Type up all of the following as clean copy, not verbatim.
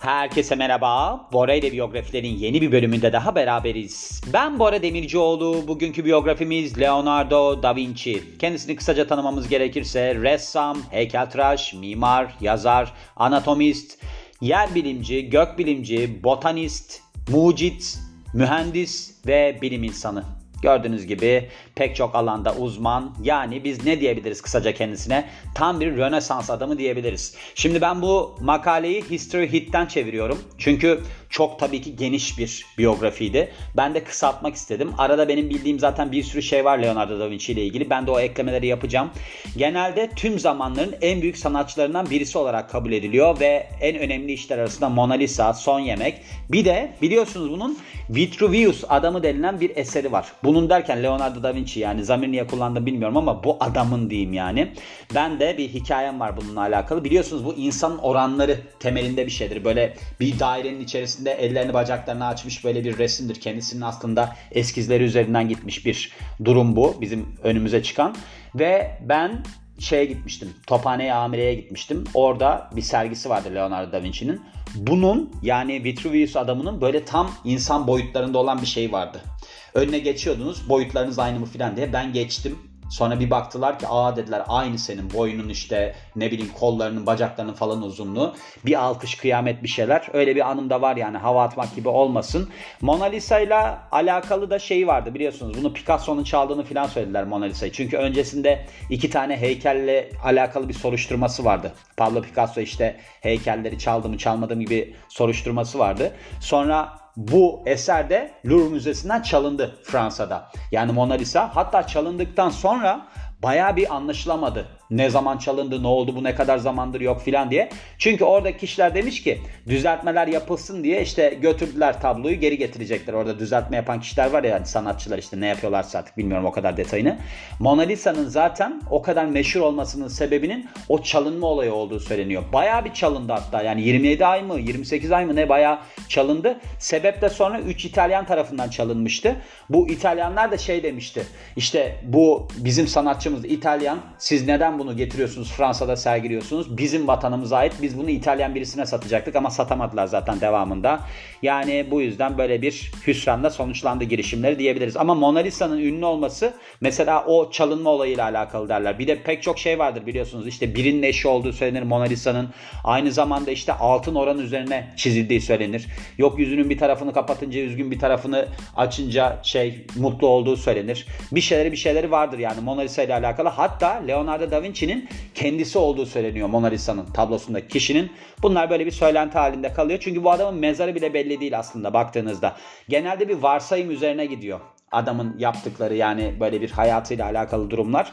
Herkese merhaba. Bora ile biyografilerin yeni bir bölümünde daha beraberiz. Ben Bora Demircioğlu. Bugünkü biyografimiz Leonardo da Vinci. Kendisini kısaca tanımamız gerekirse ressam, heykeltıraş, mimar, yazar, anatomist, yer bilimci, gökbilimci, botanist, mucit, mühendis ve bilim insanı. Gördüğünüz gibi pek çok alanda uzman, yani biz ne diyebiliriz kısaca kendisine? Tam bir Rönesans adamı diyebiliriz. Şimdi ben bu makaleyi History Hit'ten çeviriyorum. Çünkü çok tabii ki geniş bir biyografiydi. Ben de kısaltmak istedim. Arada benim bildiğim zaten bir sürü şey var Leonardo da Vinci ile ilgili. Ben de o eklemeleri yapacağım. Genelde tüm zamanların en büyük sanatçılarından birisi olarak kabul ediliyor ve en önemli işler arasında Mona Lisa, Son Yemek. Bir de biliyorsunuz bunun Vitruvius adamı denilen bir eseri var. Bunun derken Leonardo da Vinci, yani zamir niye kullandım bilmiyorum ama bu adamın diyeyim yani. Ben de bir hikayem var bununla alakalı. Biliyorsunuz bu insanın oranları temelinde bir şeydir. Böyle bir dairenin içerisinde ellerini bacaklarını açmış böyle bir resimdir. Kendisinin aslında eskizleri üzerinden gitmiş bir durum bu. Bizim önümüze çıkan. Ve ben gitmiştim. Tophane'ye amireye gitmiştim. Orada bir sergisi vardı Leonardo da Vinci'nin. Bunun, yani Vitruvius adamının böyle tam insan boyutlarında olan bir şey vardı. Önüne geçiyordunuz, boyutlarınız aynı mı filan diye. Ben geçtim. Sonra bir baktılar ki dediler aynı senin boyunun, işte ne bileyim kollarının, bacaklarının falan uzunluğu. Bir alkış, kıyamet, bir şeyler. Öyle bir anım da var yani, hava atmak gibi olmasın. Mona Lisa ile alakalı da şey vardı biliyorsunuz. Bunu Picasso'nun çaldığını filan söylediler Mona Lisa'yı. Çünkü öncesinde 2 tane heykelle alakalı bir soruşturması vardı. Pablo Picasso işte heykelleri çaldı mı çalmadı mı gibi soruşturması vardı. Sonra bu eser de Louvre Müzesi'nden çalındı Fransa'da. Yani Mona Lisa, hatta çalındıktan sonra bayağı bir anlaşılamadı. Ne zaman çalındı, ne oldu, bu ne kadar zamandır yok filan diye. Çünkü oradaki kişiler demiş ki düzeltmeler yapılsın diye işte götürdüler tabloyu, geri getirecekler. Orada düzeltme yapan kişiler var ya, yani sanatçılar, işte ne yapıyorlarsa artık bilmiyorum o kadar detayını. Mona Lisa'nın zaten o kadar meşhur olmasının sebebinin o çalınma olayı olduğu söyleniyor. Bayağı bir çalındı hatta, yani 27 ay mı 28 ay mı ne bayağı çalındı. Sebep de sonra 3 İtalyan tarafından çalınmıştı. Bu İtalyanlar da demişti. İşte bu bizim sanatçımız İtalyan, siz neden bunu getiriyorsunuz Fransa'da sergiliyorsunuz? Bizim vatanımıza ait, biz bunu İtalyan birisine satacaktık ama satamadılar zaten devamında. Yani bu yüzden böyle bir hüsranla sonuçlandı girişimleri diyebiliriz. Ama Mona Lisa'nın ünlü olması mesela o çalınma olayıyla alakalı derler. Bir de pek çok şey vardır biliyorsunuz. İşte birinin eşi olduğu söylenir Mona Lisa'nın. Aynı zamanda işte altın oran üzerine çizildiği söylenir. Yok yüzünün bir tarafını kapatınca üzgün, bir tarafını açınca mutlu olduğu söylenir. Bir şeyleri vardır yani Mona Lisa ile alakalı. Hatta Leonardo da Vinci'nin kendisi olduğu söyleniyor Mona Lisa'nın tablosundaki kişinin. Bunlar böyle bir söylenti halinde kalıyor. Çünkü bu adamın mezarı bile belli değil aslında baktığınızda. Genelde bir varsayım üzerine gidiyor adamın yaptıkları, yani böyle bir hayatıyla alakalı durumlar.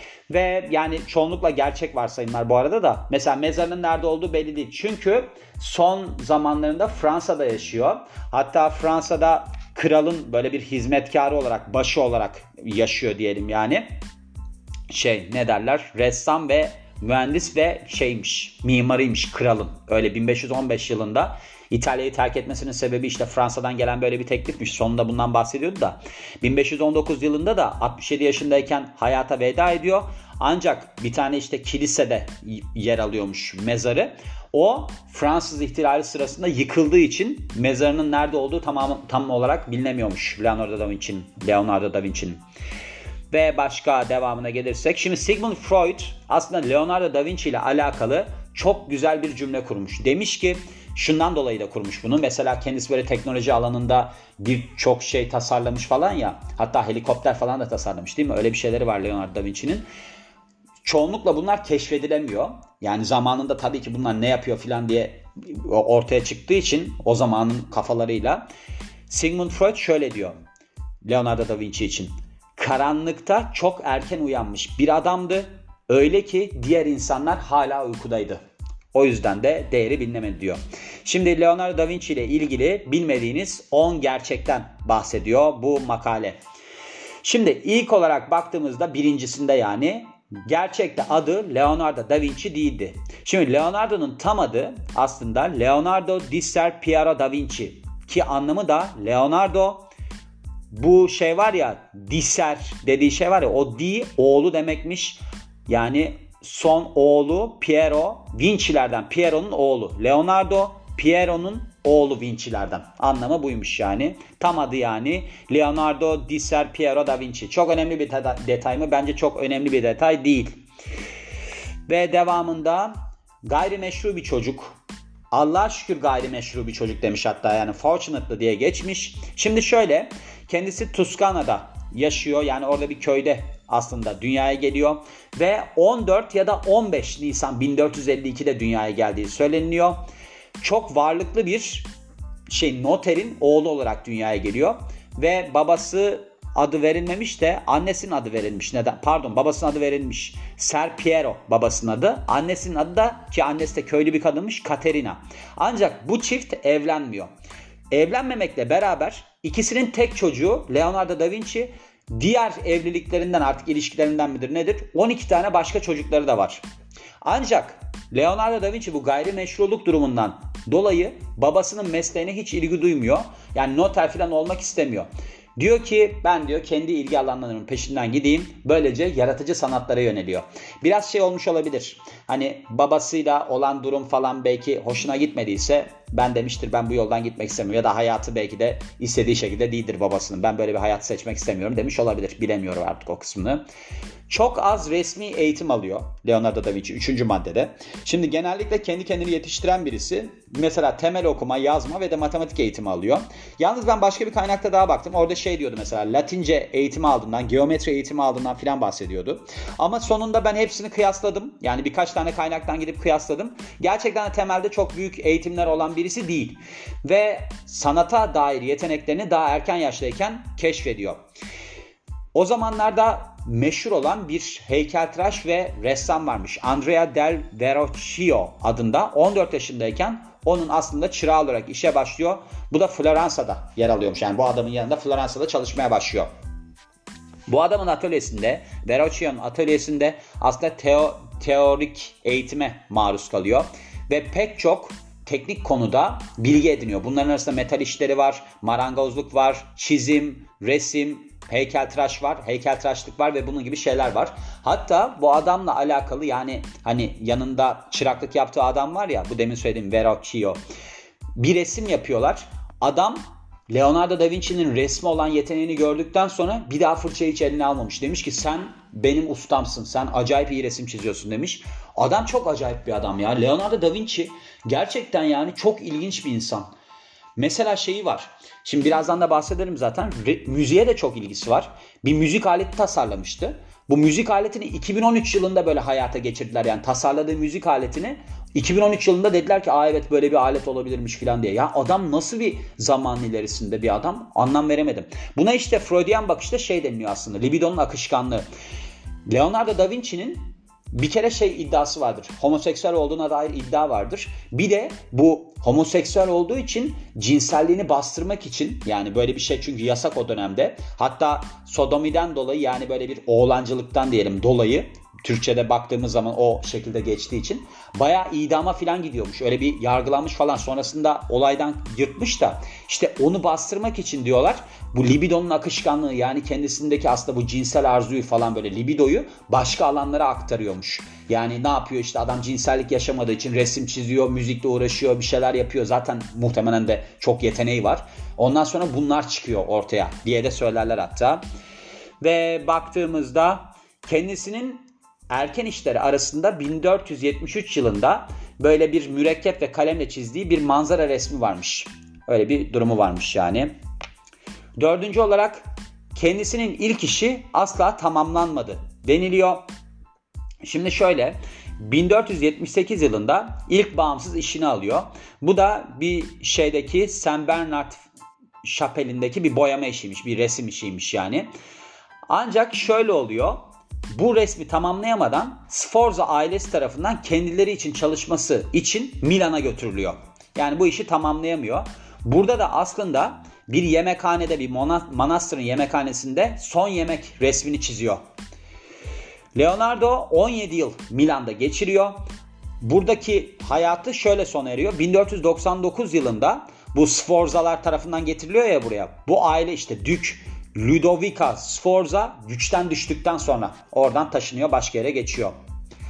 Ve yani çoğunlukla gerçek varsayımlar bu arada da. Mesela mezarının nerede olduğu belli değil. Çünkü son zamanlarında Fransa'da yaşıyor. Hatta Fransa'da kralın böyle bir hizmetkarı olarak, başı olarak yaşıyor diyelim yani. Ressam ve mühendis ve mimarıymış kralın. Öyle 1515 yılında İtalya'yı terk etmesinin sebebi işte Fransa'dan gelen böyle bir teklifmiş. Sonunda bundan bahsediyordu da. 1519 yılında da 67 yaşındayken hayata veda ediyor. Ancak bir tane kilisede yer alıyormuş mezarı. O Fransız ihtilali sırasında yıkıldığı için mezarının nerede olduğu tam olarak bilinemiyormuş Leonardo da Vinci'nin. Ve başka devamına gelirsek, şimdi Sigmund Freud aslında Leonardo da Vinci ile alakalı çok güzel bir cümle kurmuş. Demiş ki, şundan dolayı da kurmuş bunu. Mesela kendisi böyle teknoloji alanında birçok şey tasarlamış falan ya. Hatta helikopter falan da tasarlamış değil mi? Öyle bir şeyleri var Leonardo da Vinci'nin. Çoğunlukla bunlar keşfedilemiyor. Yani zamanında tabii ki bunlar ne yapıyor falan diye ortaya çıktığı için o zamanın kafalarıyla. Sigmund Freud şöyle diyor Leonardo da Vinci için. Karanlıkta çok erken uyanmış bir adamdı. Öyle ki diğer insanlar hala uykudaydı. O yüzden de değeri bilinemedi diyor. Şimdi Leonardo da Vinci ile ilgili bilmediğiniz 10 gerçekten bahsediyor bu makale. Şimdi ilk olarak baktığımızda birincisinde, yani gerçekte adı Leonardo da Vinci değildi. Şimdi Leonardo'nun tam adı aslında Leonardo di Ser Piero da Vinci, ki anlamı da Leonardo, bu var ya, Diser dediği şey var ya, o di oğlu demekmiş. Yani son oğlu Piero, Vinci'lerden Piero'nun oğlu Leonardo Piero'nun oğlu Vinci'lerden. Anlamı buymuş yani. Tam adı yani Leonardo di Ser Piero da Vinci. Çok önemli bir detay mı? Bence çok önemli bir detay değil. Ve devamında gayrimeşru bir çocuk. Allah'a şükür gayrimeşru bir çocuk demiş hatta, yani fortunately diye geçmiş. Şimdi şöyle, kendisi Tuscana'da yaşıyor, yani orada bir köyde aslında dünyaya geliyor ve 14 ya da 15 Nisan 1452'de dünyaya geldiği söyleniyor. Çok varlıklı bir noterin oğlu olarak dünyaya geliyor ve babası adı verilmemiş de annesinin adı verilmiş. Neden? Pardon, babasının adı verilmiş. Ser Piero babasının adı. Annesinin adı da, ki annesi de köylü bir kadınmış, Caterina. Ancak bu çift evlenmiyor. Evlenmemekle beraber ikisinin tek çocuğu Leonardo da Vinci, diğer evliliklerinden, artık ilişkilerinden midir nedir, 12 tane başka çocukları da var. Ancak Leonardo da Vinci bu gayrimeşruluk durumundan dolayı babasının mesleğine hiç ilgi duymuyor. Yani noter falan olmak istemiyor. Diyor ki ben diyor kendi ilgi alanlarımın peşinden gideyim. Böylece yaratıcı sanatlara yöneliyor. Biraz olmuş olabilir. Hani babasıyla olan durum falan belki hoşuna gitmediyse ben demiştir ben bu yoldan gitmek istemiyorum. Ya da hayatı belki de istediği şekilde değildir babasının. Ben böyle bir hayat seçmek istemiyorum demiş olabilir. Bilemiyorum artık o kısmını. Çok az resmi eğitim alıyor Leonardo da Vinci 3. maddede. Şimdi genellikle kendi kendini yetiştiren birisi. Mesela temel okuma, yazma ve de matematik eğitimi alıyor. Yalnız ben başka bir kaynakta daha baktım. Orada diyordu mesela, Latince eğitimi aldığından, geometri eğitimi aldığından filan bahsediyordu. Ama sonunda ben hepsini kıyasladım. Yani birkaç tane kaynaktan gidip kıyasladım. Gerçekten de temelde çok büyük eğitimler olan birisi değil. Ve sanata dair yeteneklerini daha erken yaştayken keşfediyor. O zamanlarda meşhur olan bir heykeltıraş ve ressam varmış. Andrea del Verrocchio adında. 14 yaşındayken onun aslında çırağı olarak işe başlıyor. Bu da Floransa'da yer alıyormuş. Yani bu adamın yanında Floransa'da çalışmaya başlıyor. Bu adamın atölyesinde, Verrocchio'nun atölyesinde aslında teorik eğitime maruz kalıyor. Ve pek çok teknik konuda bilgi ediniyor. Bunların arasında metal işleri var, marangozluk var, çizim, resim, heykeltıraş var, heykeltıraşlık var ve bunun gibi şeyler var. Hatta bu adamla alakalı, yani hani yanında çıraklık yaptığı adam var ya, bu demin söylediğim Verrocchio. Bir resim yapıyorlar. Adam Leonardo da Vinci'nin resmi olan yeteneğini gördükten sonra bir daha fırçayı hiç eline almamış. Demiş ki sen benim ustamsın, sen acayip iyi resim çiziyorsun demiş. Adam çok acayip bir adam ya. Leonardo da Vinci gerçekten yani çok ilginç bir insan. Mesela var. Şimdi birazdan da bahsederim zaten. Müziğe de çok ilgisi var. Bir müzik aleti tasarlamıştı. Bu müzik aletini 2013 yılında böyle hayata geçirdiler. Yani tasarladığı müzik aletini 2013 yılında dediler ki evet böyle bir alet olabilirmiş falan diye. Ya adam nasıl bir zaman ilerisinde bir adam, anlam veremedim. Buna işte Freudian bakışta deniliyor aslında. Libidonun akışkanlığı. Leonardo da Vinci'nin bir kere iddiası vardır. Homoseksüel olduğuna dair iddia vardır. Bir de bu homoseksüel olduğu için cinselliğini bastırmak için, yani böyle bir çünkü yasak o dönemde. Hatta sodomiden dolayı, yani böyle bir oğlancılıktan diyelim dolayı, Türkçe'de baktığımız zaman o şekilde geçtiği için bayağı idama falan gidiyormuş. Öyle bir yargılanmış falan, sonrasında olaydan yırtmış da işte onu bastırmak için diyorlar. Bu libidonun akışkanlığı, yani kendisindeki aslında bu cinsel arzuyu falan, böyle libidoyu başka alanlara aktarıyormuş. Yani ne yapıyor işte adam, cinsellik yaşamadığı için resim çiziyor, müzikle uğraşıyor, bir şeyler yapıyor. Zaten muhtemelen de çok yeteneği var. Ondan sonra bunlar çıkıyor ortaya diye de söylerler hatta. Ve baktığımızda kendisinin erken işleri arasında 1473 yılında böyle bir mürekkep ve kalemle çizdiği bir manzara resmi varmış. Öyle bir durumu varmış yani. Dördüncü olarak kendisinin ilk işi asla tamamlanmadı deniliyor. Şimdi 1478 yılında ilk bağımsız işini alıyor. Bu da bir Saint Bernard şapelindeki bir boyama işiymiş, bir resim işiymiş yani. Ancak oluyor. Bu resmi tamamlayamadan Sforza ailesi tarafından kendileri için çalışması için Milan'a götürülüyor. Yani bu işi tamamlayamıyor. Burada da aslında bir yemekhanede, bir manastırın yemekhanesinde son yemek resmini çiziyor. Leonardo 17 yıl Milan'da geçiriyor. Buradaki hayatı sona eriyor. 1499 yılında bu Sforzalar tarafından getiriliyor ya buraya. Bu aile işte Dük Ludovica Sforza güçten düştükten sonra oradan taşınıyor, başka yere geçiyor.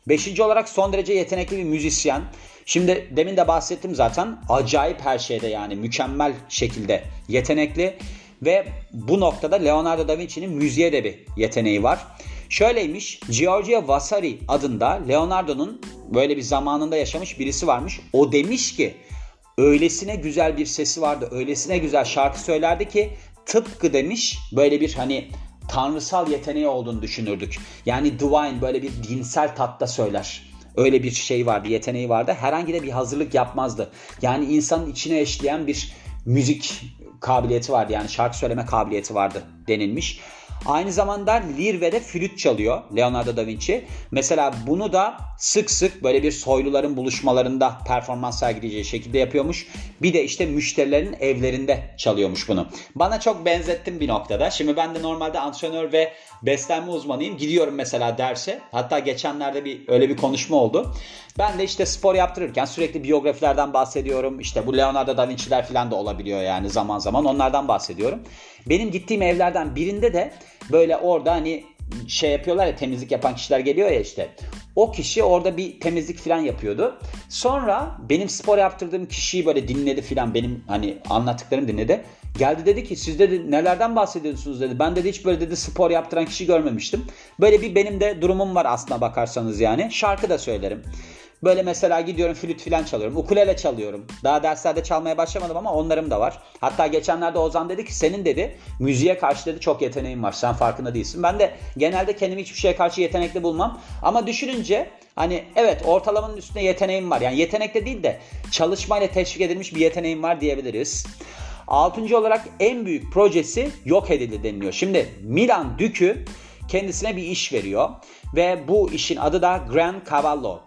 Beşinci olarak son derece yetenekli bir müzisyen. Şimdi demin de bahsettim zaten. Acayip her şeyde, yani mükemmel şekilde yetenekli. Ve bu noktada Leonardo da Vinci'nin müziğe de bir yeteneği var. Şöyleymiş, Giorgio Vasari adında Leonardo'nun böyle bir zamanında yaşamış birisi varmış. O demiş ki öylesine güzel bir sesi vardı, öylesine güzel şarkı söylerdi ki tıpkı demiş böyle bir hani tanrısal yeteneği olduğunu düşünürdük. Yani divine, böyle bir dinsel tatta söyler. Öyle bir şey vardı, yeteneği vardı. Herhangi de bir hazırlık yapmazdı. Yani insanın içine eşleyen bir müzik kabiliyeti vardı. Yani şarkı söyleme kabiliyeti vardı denilmiş. Aynı zamanda lir ve de flüt çalıyor Leonardo da Vinci. Mesela bunu da sık sık böyle bir soyluların buluşmalarında performans sergileyeceği şekilde yapıyormuş. Bir de işte müşterilerin evlerinde çalıyormuş bunu. Bana çok benzettim bir noktada. Şimdi ben de normalde antrenör ve beslenme uzmanıyım. Gidiyorum mesela derse. Hatta geçenlerde öyle bir konuşma oldu. Ben de işte spor yaptırırken sürekli biyografilerden bahsediyorum. İşte bu Leonardo da Vinci'ler falan da olabiliyor yani zaman zaman. Onlardan bahsediyorum. Benim gittiğim evlerden birinde de böyle orada hani şey yapıyorlar ya, temizlik yapan kişiler geliyor ya işte. O kişi orada bir temizlik falan yapıyordu. Sonra benim spor yaptırdığım kişiyi böyle dinledi falan, benim hani anlattıklarımı dinledi. Geldi dedi ki siz dedi nelerden bahsediyorsunuz dedi. Ben dedi hiç böyle dedi spor yaptıran kişi görmemiştim. Böyle bir benim de durumum var aslına bakarsanız yani. Şarkı da söylerim. Böyle mesela gidiyorum flüt falan çalıyorum. Ukulele çalıyorum. Daha derslerde çalmaya başlamadım ama onlarım da var. Hatta geçenlerde Ozan dedi ki senin dedi müziğe karşı dedi çok yeteneğin var. Sen farkında değilsin. Ben de genelde kendimi hiçbir şeye karşı yetenekli bulmam. Ama düşününce hani evet, ortalamanın üstünde yeteneğim var. Yani yetenekle değil de çalışmayla teşvik edilmiş bir yeteneğim var diyebiliriz. Altıncı olarak en büyük projesi yok edildi deniliyor. Şimdi Milan Dükü kendisine bir iş veriyor ve bu işin adı da Gran Cavallo.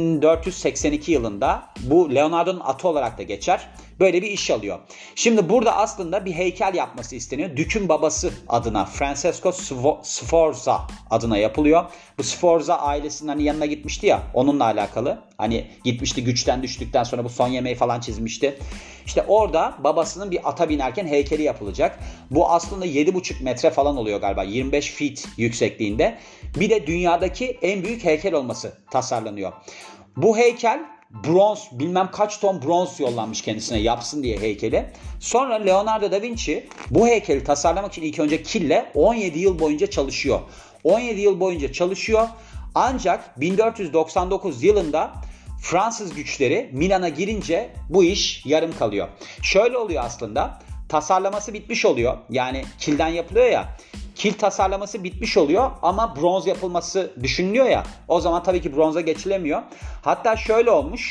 1482 yılında bu Leonardo'nun atı olarak da geçer. Böyle bir iş alıyor. Şimdi burada aslında bir heykel yapması isteniyor. Dük'ün babası adına, Francesco Sforza adına yapılıyor. Bu Sforza ailesinin hani yanına gitmişti ya, onunla alakalı. Hani gitmişti, güçten düştükten sonra bu son yemeği falan çizmişti. İşte orada babasının bir ata binerken heykeli yapılacak. Bu aslında 7,5 metre falan oluyor galiba. 25 feet yüksekliğinde. Bir de dünyadaki en büyük heykel olması tasarlanıyor. Bu heykel bronz, bilmem kaç ton bronz yollanmış kendisine yapsın diye heykeli. Sonra Leonardo da Vinci bu heykeli tasarlamak için ilk önce kille 17 yıl boyunca çalışıyor. 17 yıl boyunca çalışıyor. Ancak 1499 yılında Fransız güçleri Milan'a girince bu iş yarım kalıyor. Şöyle oluyor aslında. Tasarlaması bitmiş oluyor. Yani kilden yapılıyor ya. Kil tasarlaması bitmiş oluyor ama bronz yapılması düşünülüyor ya. O zaman tabii ki bronza geçilemiyor. Hatta şöyle olmuş.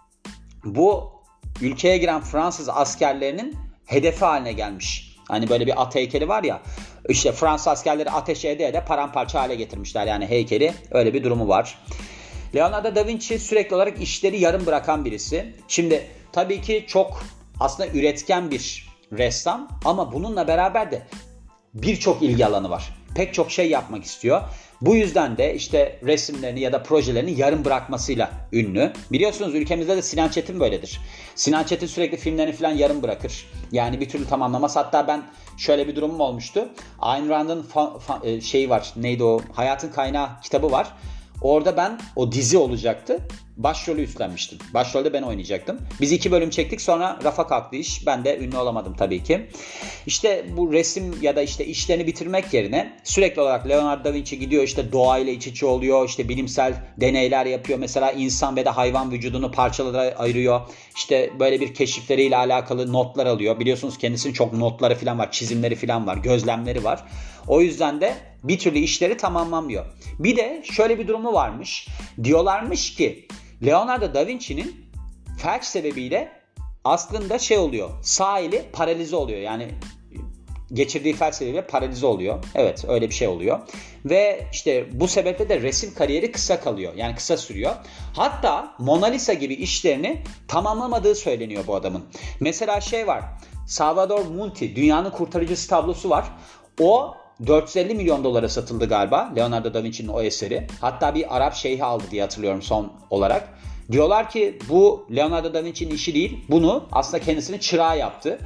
Bu ülkeye giren Fransız askerlerinin hedefi haline gelmiş. Hani böyle bir at heykeli var ya. İşte Fransız askerleri ateş ede paramparça hale getirmişler yani heykeli. Öyle bir durumu var. Leonardo da Vinci sürekli olarak işleri yarım bırakan birisi. Şimdi tabii ki çok aslında üretken bir ressam ama bununla beraber de birçok ilgi alanı var. Pek çok şey yapmak istiyor. Bu yüzden de işte resimlerini ya da projelerini yarım bırakmasıyla ünlü. Biliyorsunuz ülkemizde de Sinan Çetin böyledir. Sinan Çetin sürekli filmlerini falan yarım bırakır. Yani bir türlü tamamlamaz. Hatta ben şöyle bir durumum olmuştu. Ayn Rand'ın şeyi var. Neydi o? Hayatın Kaynağı kitabı var. Orada ben o dizi olacaktı. Başrolü üstlenmiştim. Başrolde ben oynayacaktım. Biz 2 bölüm çektik, sonra rafa kalktı iş. Ben de ünlü olamadım tabii ki. İşte bu resim ya da işte işlerini bitirmek yerine sürekli olarak Leonardo da Vinci gidiyor, işte doğayla iç içe oluyor. İşte bilimsel deneyler yapıyor. Mesela insan ve de hayvan vücudunu parçalara ayırıyor. İşte böyle bir keşifleriyle alakalı notlar alıyor. Biliyorsunuz kendisinin çok notları falan var, çizimleri falan var, gözlemleri var. O yüzden de bir türlü işleri tamamlamıyor. Bir de şöyle bir durumu varmış. Diyorlarmış ki Leonardo da Vinci'nin felç sebebiyle aslında şey oluyor. Sağ eli paralize oluyor. Yani geçirdiği felç sebebiyle paralize oluyor. Evet, öyle bir şey oluyor. Ve işte bu sebeple de resim kariyeri kısa kalıyor. Yani kısa sürüyor. Hatta Mona Lisa gibi işlerini tamamlamadığı söyleniyor bu adamın. Mesela şey var. Salvador Muti, Dünyanın Kurtarıcısı tablosu var. O 450 milyon dolara satıldı galiba Leonardo da Vinci'nin o eseri. Hatta bir Arap şeyhi aldı diye hatırlıyorum son olarak. Diyorlar ki bu Leonardo da Vinci'nin işi değil. Bunu aslında kendisinin çırağı yaptı.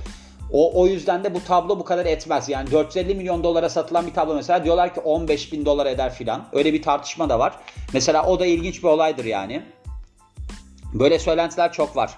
O yüzden de bu tablo bu kadar etmez. Yani 450 milyon dolara satılan bir tablo mesela diyorlar ki 15 bin dolar eder filan. Öyle bir tartışma da var. Mesela o da ilginç bir olaydır yani. Böyle söylentiler çok var.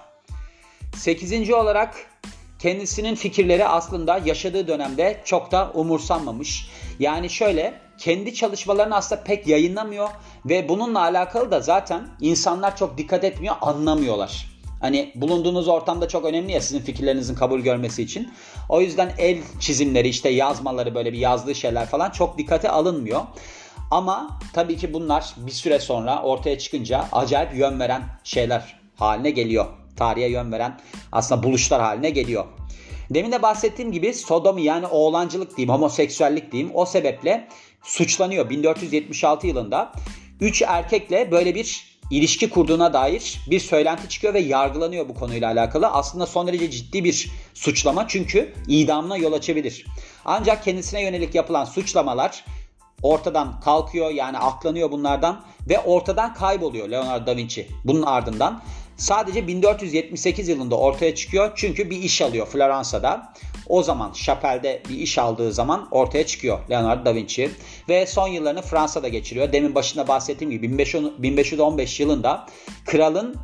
8. olarak kendisinin fikirleri aslında yaşadığı dönemde çok da umursanmamış. Yani şöyle, kendi çalışmalarını aslında pek yayınlamıyor ve bununla alakalı da zaten insanlar çok dikkat etmiyor, anlamıyorlar. Hani bulunduğunuz ortamda çok önemli ya sizin fikirlerinizin kabul görmesi için. O yüzden el çizimleri, işte yazmaları, böyle bir yazdığı şeyler falan çok dikkate alınmıyor. Ama tabii ki bunlar bir süre sonra ortaya çıkınca acayip yön veren şeyler haline geliyor. Tarihe yön veren aslında buluşlar haline geliyor. Demin de bahsettiğim gibi sodomi, yani oğlancılık diyeyim, homoseksüellik diyeyim, o sebeple suçlanıyor. 1476 yılında 3 erkekle böyle bir ilişki kurduğuna dair bir söylenti çıkıyor ve yargılanıyor bu konuyla alakalı. Aslında son derece ciddi bir suçlama, çünkü idamına yol açabilir. Ancak kendisine yönelik yapılan suçlamalar ortadan kalkıyor, yani aklanıyor bunlardan ve ortadan kayboluyor Leonardo da Vinci. Bunun ardından sadece 1478 yılında ortaya çıkıyor, çünkü bir iş alıyor Floransa'da. O zaman Chapel'de bir iş aldığı zaman ortaya çıkıyor Leonardo da Vinci ve son yıllarını Fransa'da geçiriyor. Demin başında bahsettiğim gibi 1515 yılında kralın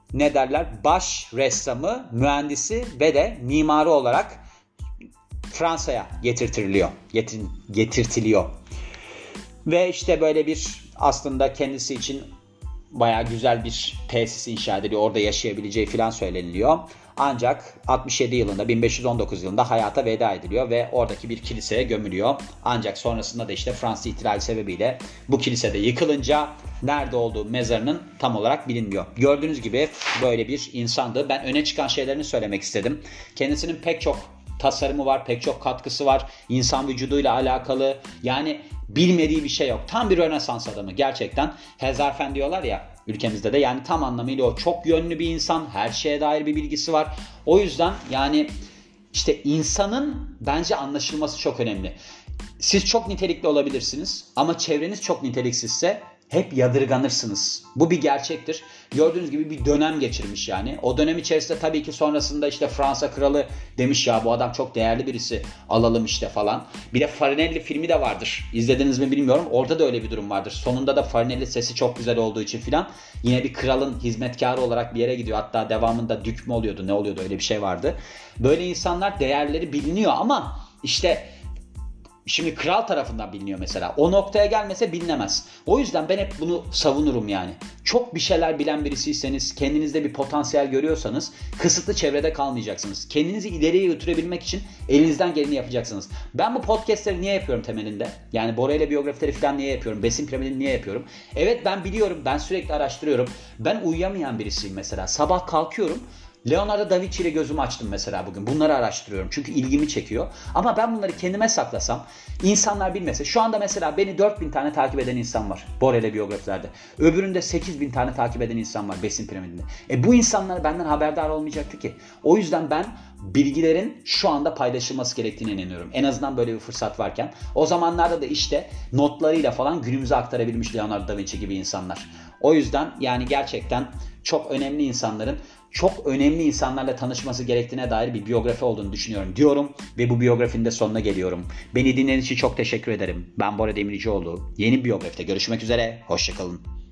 baş ressamı, mühendisi ve de mimarı olarak Fransa'ya getirtiliyor. Ve işte böyle bir aslında kendisi için bayağı güzel bir tesis inşa ediliyor. Orada yaşayabileceği falan söyleniliyor. Ancak 67 yılında, 1519 yılında hayata veda ediliyor ve oradaki bir kiliseye gömülüyor. Ancak sonrasında da işte Fransız ihtilali sebebiyle bu kilise de yıkılınca nerede olduğu mezarının tam olarak bilinmiyor. Gördüğünüz gibi böyle bir insandı. Ben öne çıkan şeylerini söylemek istedim. Kendisinin pek çok tasarımı var, pek çok katkısı var. İnsan vücuduyla alakalı, yani bilmediği bir şey yok. Tam bir Rönesans adamı gerçekten. Hezarfen diyorlar ya ülkemizde de, yani tam anlamıyla o. Çok yönlü bir insan, her şeye dair bir bilgisi var. O yüzden yani işte insanın bence anlaşılması çok önemli. Siz çok nitelikli olabilirsiniz ama çevreniz çok niteliksizse hep yadırganırsınız. Bu bir gerçektir. Gördüğünüz gibi bir dönem geçirmiş yani. O dönem içerisinde tabii ki sonrasında işte Fransa kralı demiş ya bu adam çok değerli birisi, alalım işte falan. Bir de Farinelli filmi de vardır. İzlediniz mi bilmiyorum. Orada da öyle bir durum vardır. Sonunda da Farinelli sesi çok güzel olduğu için filan yine bir kralın hizmetkarı olarak bir yere gidiyor. Hatta devamında dük mü oluyordu, ne oluyordu, öyle bir şey vardı. Böyle insanlar değerleri biliniyor ama işte şimdi kral tarafından biliniyor mesela. O noktaya gelmese bilinemez. O yüzden ben hep bunu savunurum yani. Çok bir şeyler bilen birisiyseniz, kendinizde bir potansiyel görüyorsanız kısıtlı çevrede kalmayacaksınız. Kendinizi ileriye götürebilmek için elinizden geleni yapacaksınız. Ben bu podcastleri niye yapıyorum temelinde? Yani Bora ile biyografileri falan niye yapıyorum? Besin piramidini niye yapıyorum? Evet, ben biliyorum, ben sürekli araştırıyorum. Ben uyuyamayan birisiyim mesela. Sabah kalkıyorum. Leonardo da Vinci ile gözümü açtım mesela bugün. Bunları araştırıyorum çünkü ilgimi çekiyor. Ama ben bunları kendime saklasam, insanlar bilmese. Şu anda mesela beni 4000 tane takip eden insan var Borel'e biyografilerde. Öbüründe 8000 tane takip eden insan var Besin Piramidinde. Bu insanlar benden haberdar olmayacaktı ki. O yüzden ben bilgilerin şu anda paylaşılması gerektiğine inanıyorum. En azından böyle bir fırsat varken. O zamanlarda da işte notlarıyla falan günümüze aktarabilmiş Leonardo da Vinci gibi insanlar. O yüzden yani gerçekten çok önemli insanların çok önemli insanlarla tanışması gerektiğine dair bir biyografi olduğunu düşünüyorum diyorum ve bu biyografinin de sonuna geliyorum. Beni dinlediğiniz için çok teşekkür ederim. Ben Bora Demircioğlu. Yeni bir biyografide görüşmek üzere. Hoşça kalın.